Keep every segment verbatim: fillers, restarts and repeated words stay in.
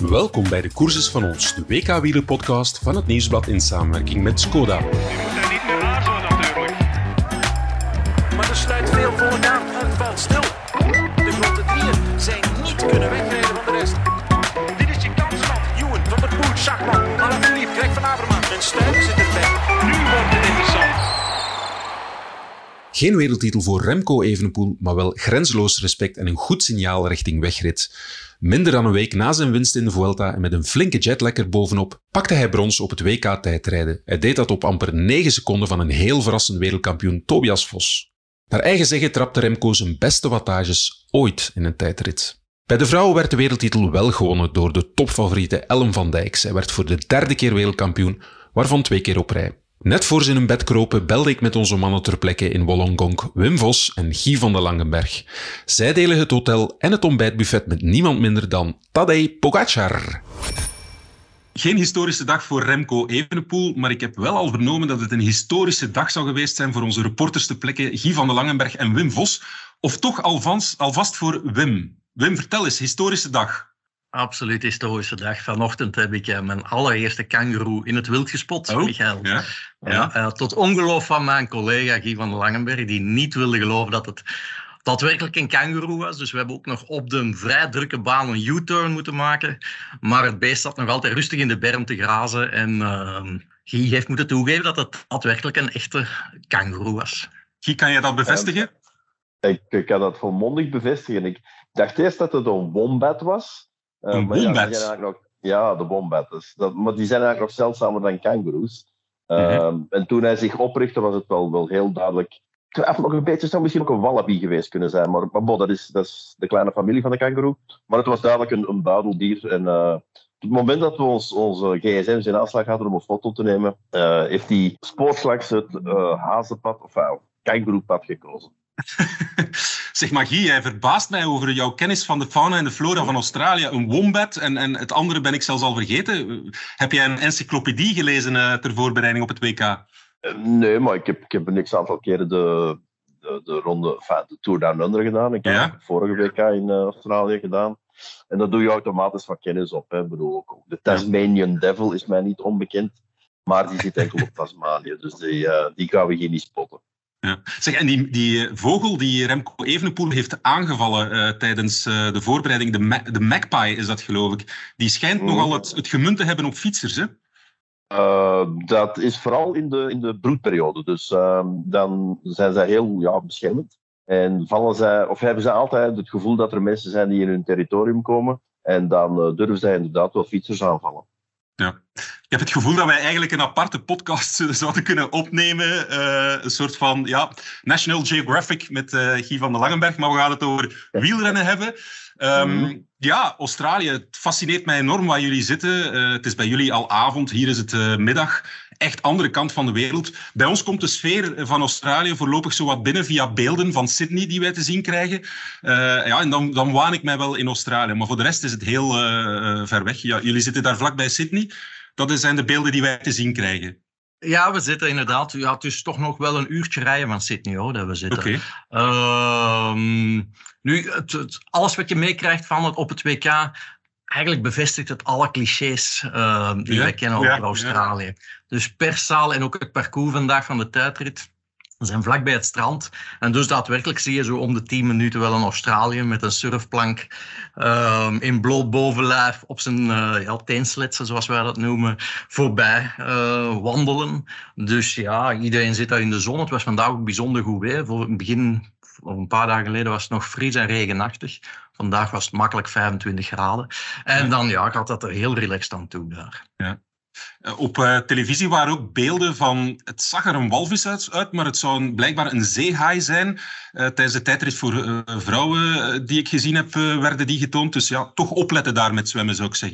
Welkom bij de Koers is van ons, de W K-wielerpodcast van het Nieuwsblad in samenwerking met Skoda. Je moet daar niet meer aarzelen natuurlijk. Maar er sluit veel volk aan en het valt stil. De grote drieën zijn niet kunnen wegrijden van de rest. Dit is je kans, man. Ewan, Van der Poel, Schachman, Alaphilippe, Greg van Avermaet. En Stuiven zit erbij. Nu wordt het interessant. Geen wereldtitel voor Remco Evenepoel, maar wel grenzeloos respect en een goed signaal richting wegrit. Minder dan een week na zijn winst in de Vuelta en met een flinke jetlag er bovenop, pakte hij brons op het W K-tijdrijden. Hij deed dat op amper negen seconden van een heel verrassend wereldkampioen Tobias Vos. Naar eigen zeggen trapte Remco zijn beste wattages ooit in een tijdrit. Bij de vrouwen werd de wereldtitel wel gewonnen door de topfavoriete Ellen van Dijk. Zij werd voor de derde keer wereldkampioen, waarvan twee keer op rij. Net voor ze in hun bed kropen belde ik met onze mannen ter plekke in Wollongong, Wim Vos en Guy van de Langenberg. Zij delen het hotel en het ontbijtbuffet met niemand minder dan Tadej Pogačar. Geen historische dag voor Remco Evenepoel, maar ik heb wel al vernomen dat het een historische dag zou geweest zijn voor onze reporters ter plekke Guy van de Langenberg en Wim Vos. Of toch alvast, alvast voor Wim. Wim, vertel eens, historische dag. Absoluut historische dag. Vanochtend heb ik uh, mijn allereerste kangoeroe in het wild gespot, Oh, Michael. ja, ja. ja. Uh, tot ongeloof van mijn collega Guy van de Langenberg, die niet wilde geloven dat het daadwerkelijk een kangoeroe was. Dus we hebben ook nog op de vrij drukke baan een U-turn moeten maken. Maar het beest zat nog altijd rustig in de berm te grazen. En uh, Guy heeft moeten toegeven dat het daadwerkelijk een echte kangoeroe was. Guy, kan je dat bevestigen? Uh, ik, ik kan dat volmondig bevestigen. Ik dacht eerst dat het een wombat was. Uh, Een maar ja, wombat? die zijn eigenlijk nog, ja, de wombat. Dus dat, maar die zijn eigenlijk nog zeldzamer dan kangoeroes. Uh, Mm-hmm. En toen hij zich oprichtte was het wel, wel heel duidelijk. Ik twijfel nog een beetje, het zou misschien ook een wallaby geweest kunnen zijn. Maar, maar bon, dat, is, dat is de kleine familie van de kangoeroe. Maar het was duidelijk een, een buideldier. En uh, op het moment dat we ons, onze gsm's in aanslag hadden om een foto te nemen, uh, heeft hij spoorslags het uh, hazenpad, of uh, kangoeroepad gekozen. Zeg maar, Guy, jij verbaast mij over jouw kennis van de fauna en de flora van Australië. Een wombat en, en het andere ben ik zelfs al vergeten. Heb jij een encyclopedie gelezen uh, ter voorbereiding op het W K? Uh, nee, maar ik heb, ik heb een x-aantal keren de, de, de ronde, enfin, de Tour Down Under gedaan. Ik heb Ja. het vorige W K in uh, Australië gedaan. En dat doe je automatisch van kennis op. Hè. Ik bedoel, ook, de Tasmanian Devil is mij niet onbekend. Maar die zit enkel op Tasmanië. Dus die, uh, die gaan we hier niet spotten. Ja. Zeg, en die, die vogel die Remco Evenepoel heeft aangevallen uh, tijdens uh, de voorbereiding, de, ma- de magpie is dat geloof ik, die schijnt Mm. nogal het, het gemunt te hebben op fietsers, hè? Uh, dat is vooral in de, in de broedperiode. Dus uh, dan zijn zij heel ja, beschermend. En vallen zij, of hebben zij altijd het gevoel dat er mensen zijn die in hun territorium komen. En dan uh, durven zij inderdaad wel fietsers aanvallen. Ja. Ik heb het gevoel dat wij eigenlijk een aparte podcast zouden kunnen opnemen. Uh, een soort van ja, National Geographic met uh, Guy van de Langenberg. Maar we gaan het over wielrennen hebben. Um, mm. Ja, Australië. Het fascineert mij enorm waar jullie zitten. Uh, het is bij jullie al avond. Hier is het uh, middag. Echt andere kant van de wereld. Bij ons komt de sfeer van Australië voorlopig zo wat binnen via beelden van Sydney die wij te zien krijgen. Uh, ja, en dan, dan waan ik mij wel in Australië. Maar voor de rest is het heel uh, ver weg. Ja, jullie zitten daar vlakbij Sydney. Dat zijn de beelden die wij te zien krijgen. Ja, we zitten inderdaad... Ja, het is toch nog wel een uurtje rijden van Sydney, hoor, dat we zitten. Okay. Uh, nu, het, het, alles wat je meekrijgt van het op het W K... Eigenlijk bevestigt het alle clichés uh, die ja, wij kennen over ja, Australië. Ja. Dus Perszaal en ook het parcours vandaag van de tijdrit zijn vlak bij het strand. En dus daadwerkelijk zie je zo om de tien minuten wel een Australië met een surfplank uh, in bloot bovenlijf op zijn uh, ja, teensletsen, zoals wij dat noemen, voorbij uh, wandelen. Dus ja, iedereen zit daar in de zon. Het was vandaag ook bijzonder goed weer. Voor het begin... Een paar dagen geleden was het nog fris en regenachtig. Vandaag was het makkelijk vijfentwintig graden. En ja. dan ja, gaat dat er heel relaxed aan toe daar. Ja. Op uh, televisie waren ook beelden van... Het zag er een walvis uit, uit maar het zou een, blijkbaar een zeehaai zijn. Uh, tijdens de tijdrit voor uh, vrouwen uh, die ik gezien heb, uh, werden die getoond. Dus ja, toch opletten daar met zwemmen, zou ik zeggen.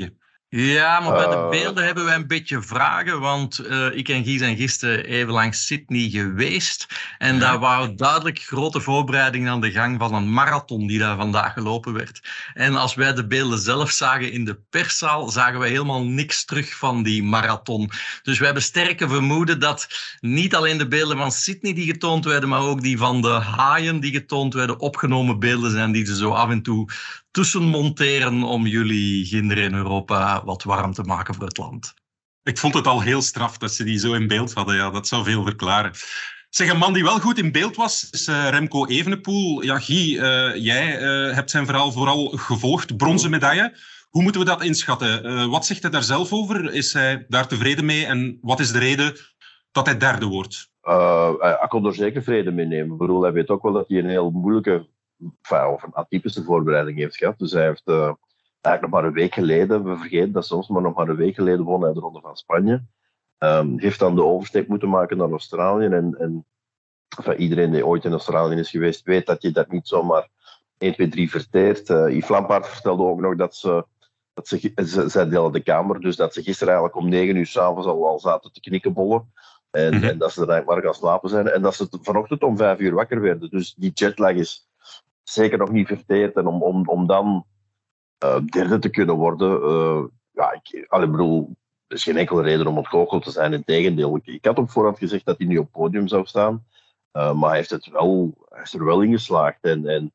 Ja, maar bij de Uh, beelden hebben wij een beetje vragen, want uh, ik en Guy zijn gisteren even langs Sydney geweest en daar waren duidelijk grote voorbereidingen aan de gang van een marathon die daar vandaag gelopen werd. En als wij de beelden zelf zagen in de perszaal, zagen wij helemaal niks terug van die marathon. Dus wij hebben sterke vermoeden dat niet alleen de beelden van Sydney die getoond werden, maar ook die van de haaien die getoond werden, opgenomen beelden zijn die ze zo af en toe tussen monteren om jullie kinderen in Europa wat warm te maken voor het land. Ik vond het al heel straf dat ze die zo in beeld hadden. Ja, dat zou veel verklaren. Zeg, een man die wel goed in beeld was, is uh, Remco Evenepoel. Ja, Guy, uh, jij uh, hebt zijn verhaal vooral gevolgd. Bronzen medaille. Hoe moeten we dat inschatten? Uh, wat zegt hij daar zelf over? Is hij daar tevreden mee? En wat is de reden dat hij derde wordt? Uh, hij kon er zeker vrede mee nemen. Ik bedoel, hij weet ook wel dat hij een heel moeilijke enfin, of een atypische voorbereiding heeft gehad. Dus hij heeft uh, eigenlijk nog maar een week geleden, we vergeten dat soms, maar nog maar een week geleden won hij de Ronde van Spanje. Um, heeft dan de oversteek moeten maken naar Australië. En, en enfin, iedereen die ooit in Australië is geweest, weet dat je dat niet zomaar één, twee, drie verteert. Uh, Yves Lampaert vertelde ook nog dat ze, dat ze, ze, zij delen de kamer, dus dat ze gisteren eigenlijk om negen uur s'avonds al, al zaten te knikkenbollen. En, mm-hmm. en dat ze er eigenlijk maar gaan slapen zijn. En dat ze vanochtend om vijf uur wakker werden. Dus die jetlag is zeker nog niet verteerd. En om, om, om dan uh, derde te kunnen worden, uh, ja, ik, allee, bedoel, er is geen enkele reden om ontgoocheld te zijn. Integendeel, ik, ik had op voorhand gezegd dat hij nu op het podium zou staan. Uh, maar hij heeft, het wel, hij is er wel in geslaagd. En, en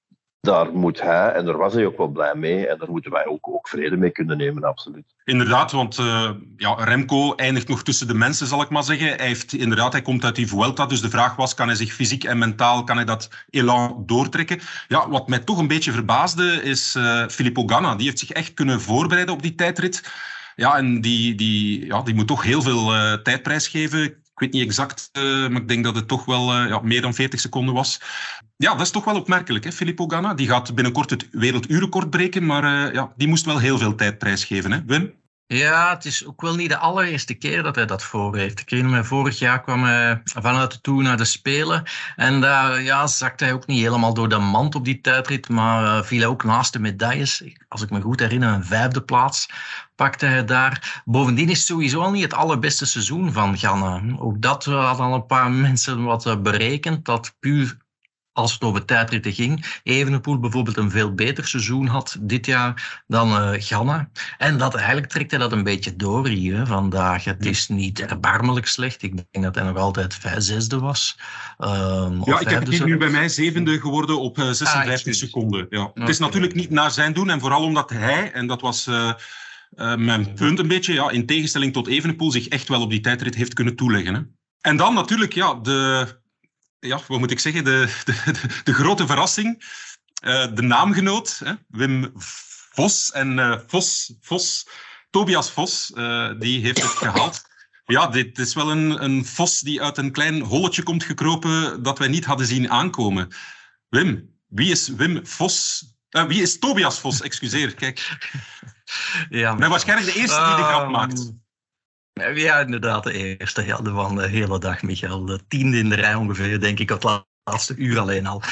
daar moet hij, en daar was hij ook wel blij mee, en daar moeten wij ook, ook vrede mee kunnen nemen, absoluut. Inderdaad, want uh, ja, Remco eindigt nog tussen de mensen, zal ik maar zeggen. Hij, heeft, inderdaad, hij komt uit die Vuelta, dus de vraag was, kan hij zich fysiek en mentaal, kan hij dat elan doortrekken? Ja, wat mij toch een beetje verbaasde, is uh, Filippo Ganna. Die heeft zich echt kunnen voorbereiden op die tijdrit. Ja, en die, die, ja, die moet toch heel veel uh, tijdprijs geven. Ik weet niet exact, uh, maar ik denk dat het toch wel uh, ja, meer dan veertig seconden was. Ja, dat is toch wel opmerkelijk, hè, Filippo Ganna. Die gaat binnenkort het werelduurrecord breken, maar uh, ja, die moest wel heel veel tijdprijs geven, hè, Wim? Ja, het is ook wel niet de allereerste keer dat hij dat voor heeft. Ik herinner me, vorig jaar kwam hij vanuit de Tour naar de Spelen. En daar ja, zakte hij ook niet helemaal door de mand op die tijdrit, maar uh, viel hij ook naast de medailles. Als ik me goed herinner, een vijfde plaats pakte hij daar. Bovendien is het sowieso al niet het allerbeste seizoen van Ganna. Ook dat hadden al een paar mensen wat berekend, dat puur als het over tijdritten ging, Evenepoel bijvoorbeeld een veel beter seizoen had dit jaar dan uh, Ganna. En dat eigenlijk trekt hij dat een beetje door hier vandaag. Het is niet erbarmelijk slecht. Ik denk dat hij nog altijd vijf, zesde was. Um, ja, ik heb het hier nu bij mij zevende geworden op uh, zesenvijftig ah, seconden. Ja. Okay. Het is natuurlijk niet naar zijn doen en vooral omdat hij, en dat was uh, uh, mijn punt een beetje, ja, in tegenstelling tot Evenepoel, zich echt wel op die tijdrit heeft kunnen toeleggen. Hè. En dan natuurlijk, ja, de... Ja, wat moet ik zeggen? De, de, de, de grote verrassing. Uh, de naamgenoot, hè? Wim Vos. En uh, Vos, Vos, Tobias Vos, uh, die heeft het gehaald. Ja, dit is wel een, een Vos die uit een klein holletje komt gekropen dat wij niet hadden zien aankomen. Wim, wie is Wim Vos? Uh, wie is Tobias Vos? Excuseer, kijk. Ja, maar... ben waarschijnlijk de eerste die de grap maakt. Ja, inderdaad, de eerste ja, van de hele dag, Michael. De tiende in de rij ongeveer, denk ik, het laatste uur alleen al.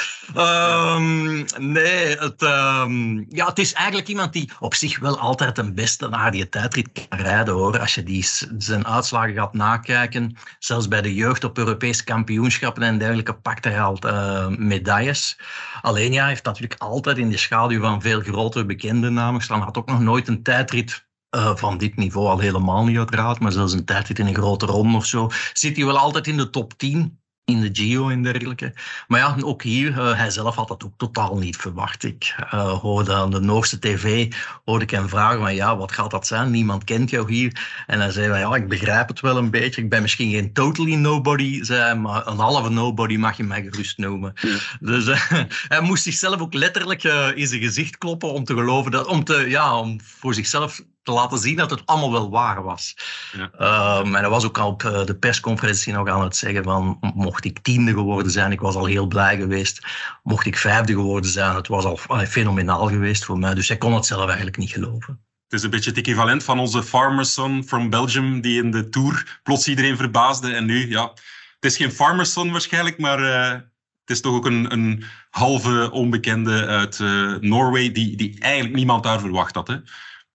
Um, nee, het, um, ja, het is eigenlijk iemand die op zich wel altijd een beste naar die tijdrit kan rijden, hoor. Als je die, zijn uitslagen gaat nakijken, zelfs bij de jeugd op Europese kampioenschappen en dergelijke, pakt hij altijd uh, medailles. Alleen ja, hij heeft natuurlijk altijd in de schaduw van veel grote bekende namen gestaan. Hij had ook nog nooit een tijdrit Uh, van dit niveau al helemaal niet uiteraard, maar zelfs een tijdrit in een grote ronde of zo, zit hij wel altijd in de top tien, in de Giro en dergelijke. Maar ja, ook hier, uh, hij zelf had dat ook totaal niet verwacht. Ik uh, hoorde aan de Noorse tv, hoorde ik hem vragen, maar ja, wat gaat dat zijn? Niemand kent jou hier. En hij zei, van, ja, ik begrijp het wel een beetje. Ik ben misschien geen totally nobody, zei, maar een halve nobody mag je mij gerust noemen. Ja. Dus uh, hij moest zichzelf ook letterlijk uh, in zijn gezicht kloppen om te geloven, dat, om, te, ja, om voor zichzelf te laten zien dat het allemaal wel waar was. Ja. Um, en hij was ook al op uh, de persconferentie nog aan het zeggen van, mocht ik tiende geworden zijn, ik was al heel blij geweest. Mocht ik vijfde geworden zijn, het was al uh, fenomenaal geweest voor mij. Dus hij kon het zelf eigenlijk niet geloven. Het is een beetje het equivalent van onze farmer's son from Belgium, die in de Tour plots iedereen verbaasde. En nu, ja, het is geen farmer's son waarschijnlijk, maar uh, het is toch ook een, een halve onbekende uit uh, Noorway, die, die eigenlijk niemand daar verwacht had, hè.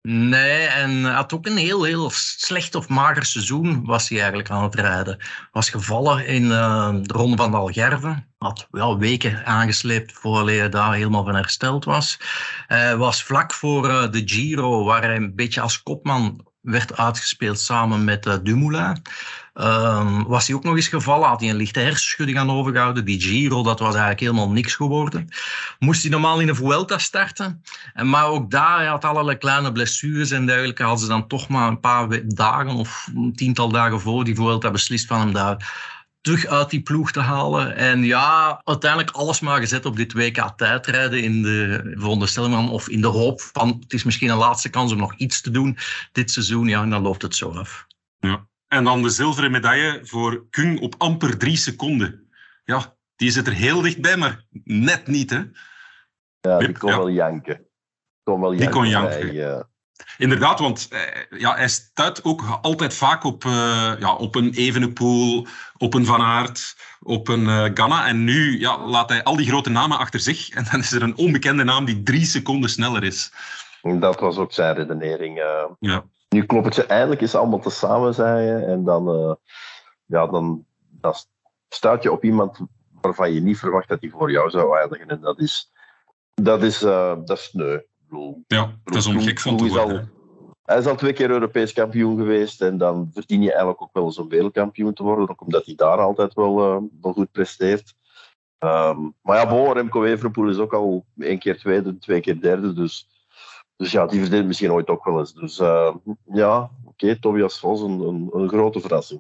Nee, en hij had ook een heel, heel slecht of mager seizoen was hij eigenlijk aan het rijden. Was gevallen in uh, de Ronde van de Algarve. Had wel weken aangesleept voordat hij daar helemaal van hersteld was. Hij was vlak voor uh, de Giro, waar hij een beetje als kopman werd uitgespeeld samen met uh, Dumoulin. Um, was hij ook nog eens gevallen, had hij een lichte hersenschudding aan overgehouden. Die Giro, dat was eigenlijk helemaal niks geworden. Moest hij normaal in de Vuelta starten. En, maar ook daar, hij had allerlei kleine blessures en dergelijke. Hadden ze dan toch maar een paar dagen of een tiental dagen voor die Vuelta beslist van hem daar terug uit die ploeg te halen. En ja, uiteindelijk alles maar gezet op dit W K tijdrijden in de veronderstelling of in de hoop van het is misschien een laatste kans om nog iets te doen dit seizoen. Ja, en dan loopt het zo af. Ja. En dan de zilveren medaille voor Kung op amper drie seconden. Ja, die zit er heel dichtbij, maar net niet, hè? Ja, die kon ja. wel janken. Kon wel die janken kon janken. Bij, uh... Inderdaad, want eh, ja, hij stuit ook altijd vaak op, uh, ja, op een Evenepoel, op een Van Aert, op een uh, Ganna. En nu ja, laat hij al die grote namen achter zich. En dan is er een onbekende naam die drie seconden sneller is. Dat was ook zijn redenering. Uh... Ja. Nu klopt het je eindelijk eens allemaal tezamen, zei je. En dan, uh, ja, dan, dan stuit je op iemand waarvan je niet verwacht dat hij voor jou zou eindigen. En dat is, dat is, uh, dat is sneu. Ja, dat is om gek van te worden. Al, hij is al twee keer Europees kampioen geweest. En dan verdien je eigenlijk ook wel eens om wereldkampioen te worden. Ook omdat hij daar altijd wel, uh, wel goed presteert. Um, maar ja, bon, Remco Evenepoel is ook al één keer tweede, twee keer derde. Dus... Dus ja, die verdient misschien ooit ook wel eens. Dus uh, ja, oké, okay, Tobias Vos, een, een, een grote verrassing.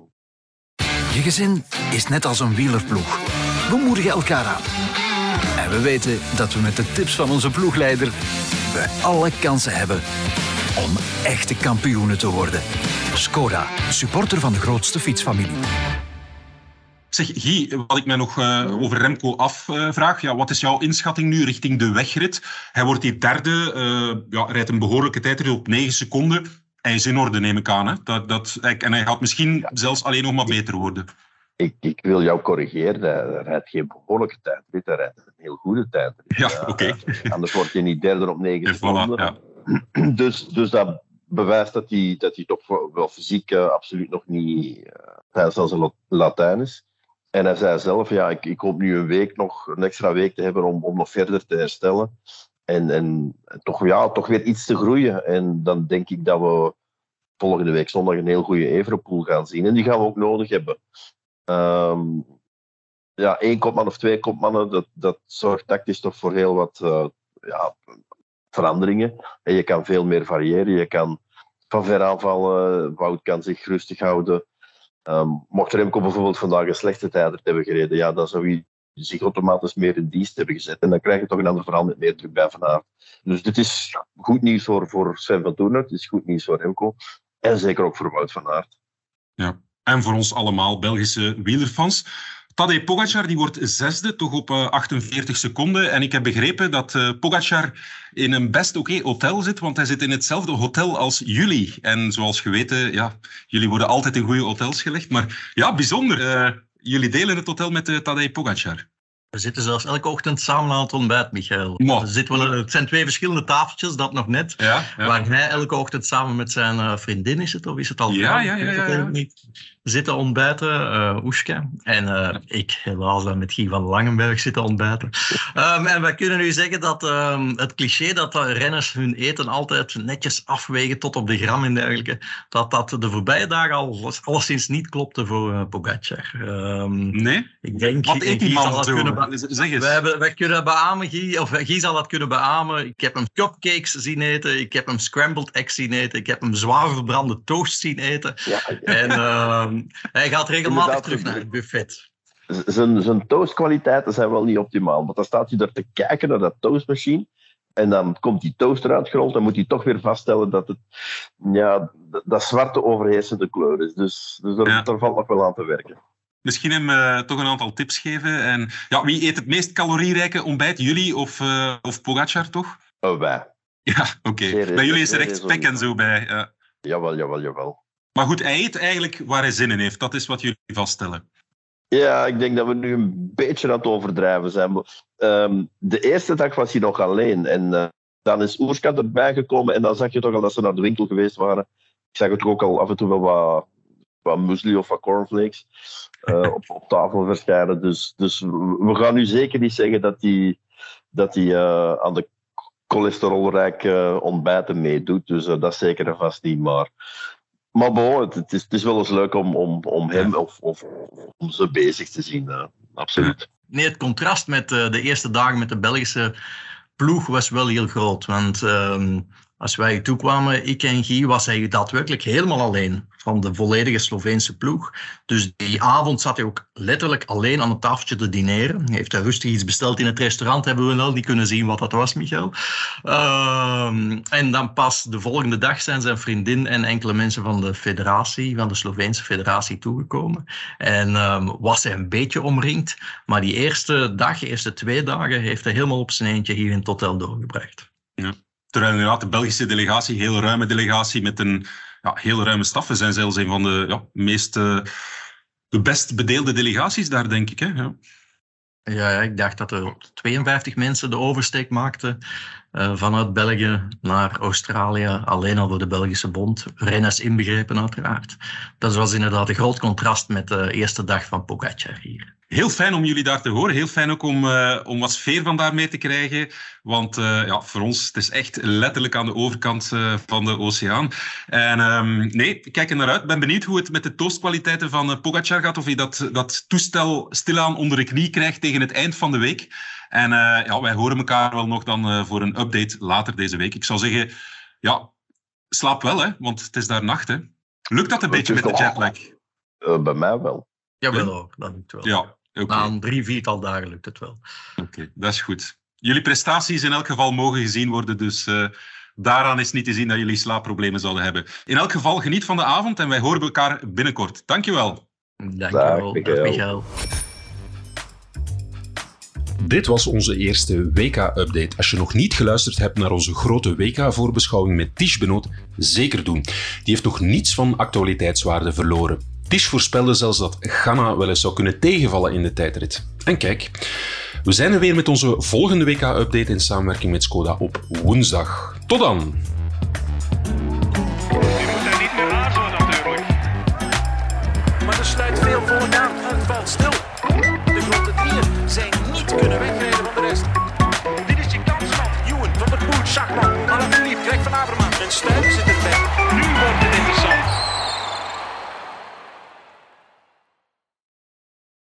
Je gezin is net als een wielerploeg. We moedigen elkaar aan. En we weten dat we met de tips van onze ploegleider we alle kansen hebben om echte kampioenen te worden. Skoda, supporter van de grootste fietsfamilie. Zeg, Guy, wat ik mij nog uh, over Remco afvraag. Uh, ja, wat is jouw inschatting nu richting de wegrit? Hij wordt hier derde, uh, ja, rijdt een behoorlijke tijdrit op negen seconden. Hij is in orde, neem ik aan. Hè? Dat, dat, en hij gaat misschien ja. zelfs alleen nog maar beter worden. Ik, ik wil jou corrigeren. Hij rijdt geen behoorlijke tijdrit. Hij rijdt een heel goede tijdrit. Ja, oké. Okay. Uh, anders word je niet derde op negen seconden. Voilà, ja. dus, dus dat bewijst dat hij, dat hij toch wel fysiek uh, absoluut nog niet uh, tijdens zijn Latijn is. En hij zei zelf, ja, ik, ik hoop nu een week nog, een extra week te hebben om, om nog verder te herstellen. En, en toch, ja, toch weer iets te groeien. En dan denk ik dat we volgende week zondag een heel goede Evenepoel gaan zien. En die gaan we ook nodig hebben. Um, ja, één kopman of twee kopmannen, dat, dat zorgt tactisch toch voor heel wat uh, ja, veranderingen. En je kan veel meer variëren. Je kan van ver aanvallen. Wout kan zich rustig houden. Um, mocht Remco bijvoorbeeld vandaag een slechte tijdrit hebben gereden, ja, dan zou hij zich automatisch meer in dienst hebben gezet. En dan krijg je toch een ander verhaal met meer druk bij Van Aert. Dus dit is goed nieuws voor, voor Sven van Toornen, het is goed nieuws voor Remco. En zeker ook voor Wout van Aert. Ja, en voor ons allemaal Belgische wielerfans. Tadej Pogačar die wordt zesde, toch op uh, achtenveertig seconden. En ik heb begrepen dat uh, Pogačar in een best oké okay hotel zit, want hij zit in hetzelfde hotel als jullie. En zoals geweten, ja, jullie worden altijd in goede hotels gelegd. Maar ja, bijzonder. Uh, jullie delen het hotel met uh, Tadej Pogačar. We zitten zelfs elke ochtend samen aan het ontbijt, Michael. We zitten wel, het zijn twee verschillende tafeltjes, dat nog net. Ja, ja. Waar hij elke ochtend samen met zijn uh, vriendin is het, of is het al ja, ja, ja, ja, ja. niet zitten ontbijten, uh, Oeska. En uh, ja. ik helaas dan met Guy van Langenberg zitten ontbijten. Um, en wij kunnen nu zeggen dat um, het cliché dat renners hun eten altijd netjes afwegen tot op de gram en dergelijke, dat dat de voorbije dagen al alleszins niet klopte voor uh, Pogačar. Um, nee? Ik denk, Wat eet die man zo? Be- zeg eens. Wij, wij kunnen beamen, Guy, of Guy zal dat kunnen beamen. Ik heb hem cupcakes zien eten, ik heb hem scrambled eggs zien eten, ik heb hem zwaar verbrande toast zien eten. Ja, ja. En uh, hij gaat regelmatig Inderdaad, terug naar het buffet. Zijn, zijn toastkwaliteiten zijn wel niet optimaal, want dan staat hij er te kijken naar dat toastmachine en dan komt die toast eruit gerold, dan moet hij toch weer vaststellen dat het ja, dat zwarte overheersende kleur is. Dus, dus daar, ja. daar valt nog wel aan te werken. Misschien hem uh, toch een aantal tips geven. En, ja, wie eet het meest calorierijke ontbijt? Jullie of, uh, of Pogačar, toch? Oh, wij. Ja, oké. Okay. Bij jullie is er echt spek en zo bij. Ja. Jawel, jawel, jawel. Maar goed, hij eet eigenlijk waar hij zin in heeft. Dat is wat jullie vaststellen. Ja, ik denk dat we nu een beetje aan het overdrijven zijn. Um, de eerste dag was hij nog alleen. En uh, Dan is Oerskamp erbij gekomen en dan zag je toch al dat ze naar de winkel geweest waren. Ik zag het ook al af en toe wel wat, wat muesli of wat cornflakes uh, op, op tafel verschijnen. Dus, dus we gaan nu zeker niet zeggen dat hij dat die, uh, aan de cholesterolrijke ontbijten meedoet. Dus uh, dat zeker en vast niet. Maar, maar bon, het, het, is, het is wel eens leuk om, om, om hem of, of om ze bezig te zien. Uh, absoluut. Nee, het contrast met uh, de eerste dagen met de Belgische ploeg was wel heel groot. Want uh, als wij toekwamen, ik en Guy, was hij daadwerkelijk helemaal alleen van de volledige Sloveense ploeg. Dus die avond zat hij ook letterlijk alleen aan het tafeltje te dineren. Hij heeft daar rustig iets besteld in het restaurant. Hebben we wel niet kunnen zien wat dat was, Michael. Uh, en dan pas de volgende dag zijn zijn vriendin en enkele mensen van de federatie, van de Sloveense federatie toegekomen. En uh, was hij een beetje omringd. Maar die eerste dag, de eerste twee dagen, heeft hij helemaal op zijn eentje hier in het hotel doorgebracht. Ja. Terwijl inderdaad de Belgische delegatie, heel ruime delegatie met een ja, heel ruime staf. We zijn zelfs een van de ja, meest uh, de best bedeelde delegaties daar, denk ik. Hè? Ja. Ja, ik dacht dat er tweeënvijftig mensen de oversteek maakten uh, vanuit België naar Australië, alleen al door de Belgische bond. Renners inbegrepen uiteraard. Dat was inderdaad een groot contrast met de eerste dag van Pogačar hier. Heel fijn om jullie daar te horen. Heel fijn ook om, uh, om wat sfeer van daar mee te krijgen. Want uh, ja, voor ons, het is echt letterlijk aan de overkant uh, van de oceaan. En um, nee, ik kijk er naar uit. Ik ben benieuwd hoe het met de toastkwaliteiten van uh, Pogačar gaat. Of hij dat, dat toestel stilaan onder de knie krijgt tegen het eind van de week. En uh, ja, wij horen elkaar wel nog dan uh, voor een update later deze week. Ik zou zeggen, ja, slaap wel, hè, want het is daar nacht. Hè. Lukt dat een beetje met de jetlag? Uh, bij mij wel. Jawel hoor, dat lukt wel. Ja. Okay. Na een drie, viertal dagen lukt het wel. Oké, okay, dat is goed. Jullie prestaties in elk geval mogen gezien worden, dus uh, daaraan is niet te zien dat jullie slaapproblemen zouden hebben. In elk geval, geniet van de avond en wij horen elkaar binnenkort. Dankjewel. Dankjewel, dag Michael. Dit was onze eerste W K-update. Als je nog niet geluisterd hebt naar onze grote W K-voorbeschouwing met Tish Benoot, zeker doen. Die heeft nog niets van actualiteitswaarde verloren. Tish voorspelde zelfs dat Ghana wel eens zou kunnen tegenvallen in de tijdrit. En kijk, we zijn er weer met onze volgende W K-update in samenwerking met Skoda op woensdag. Tot dan!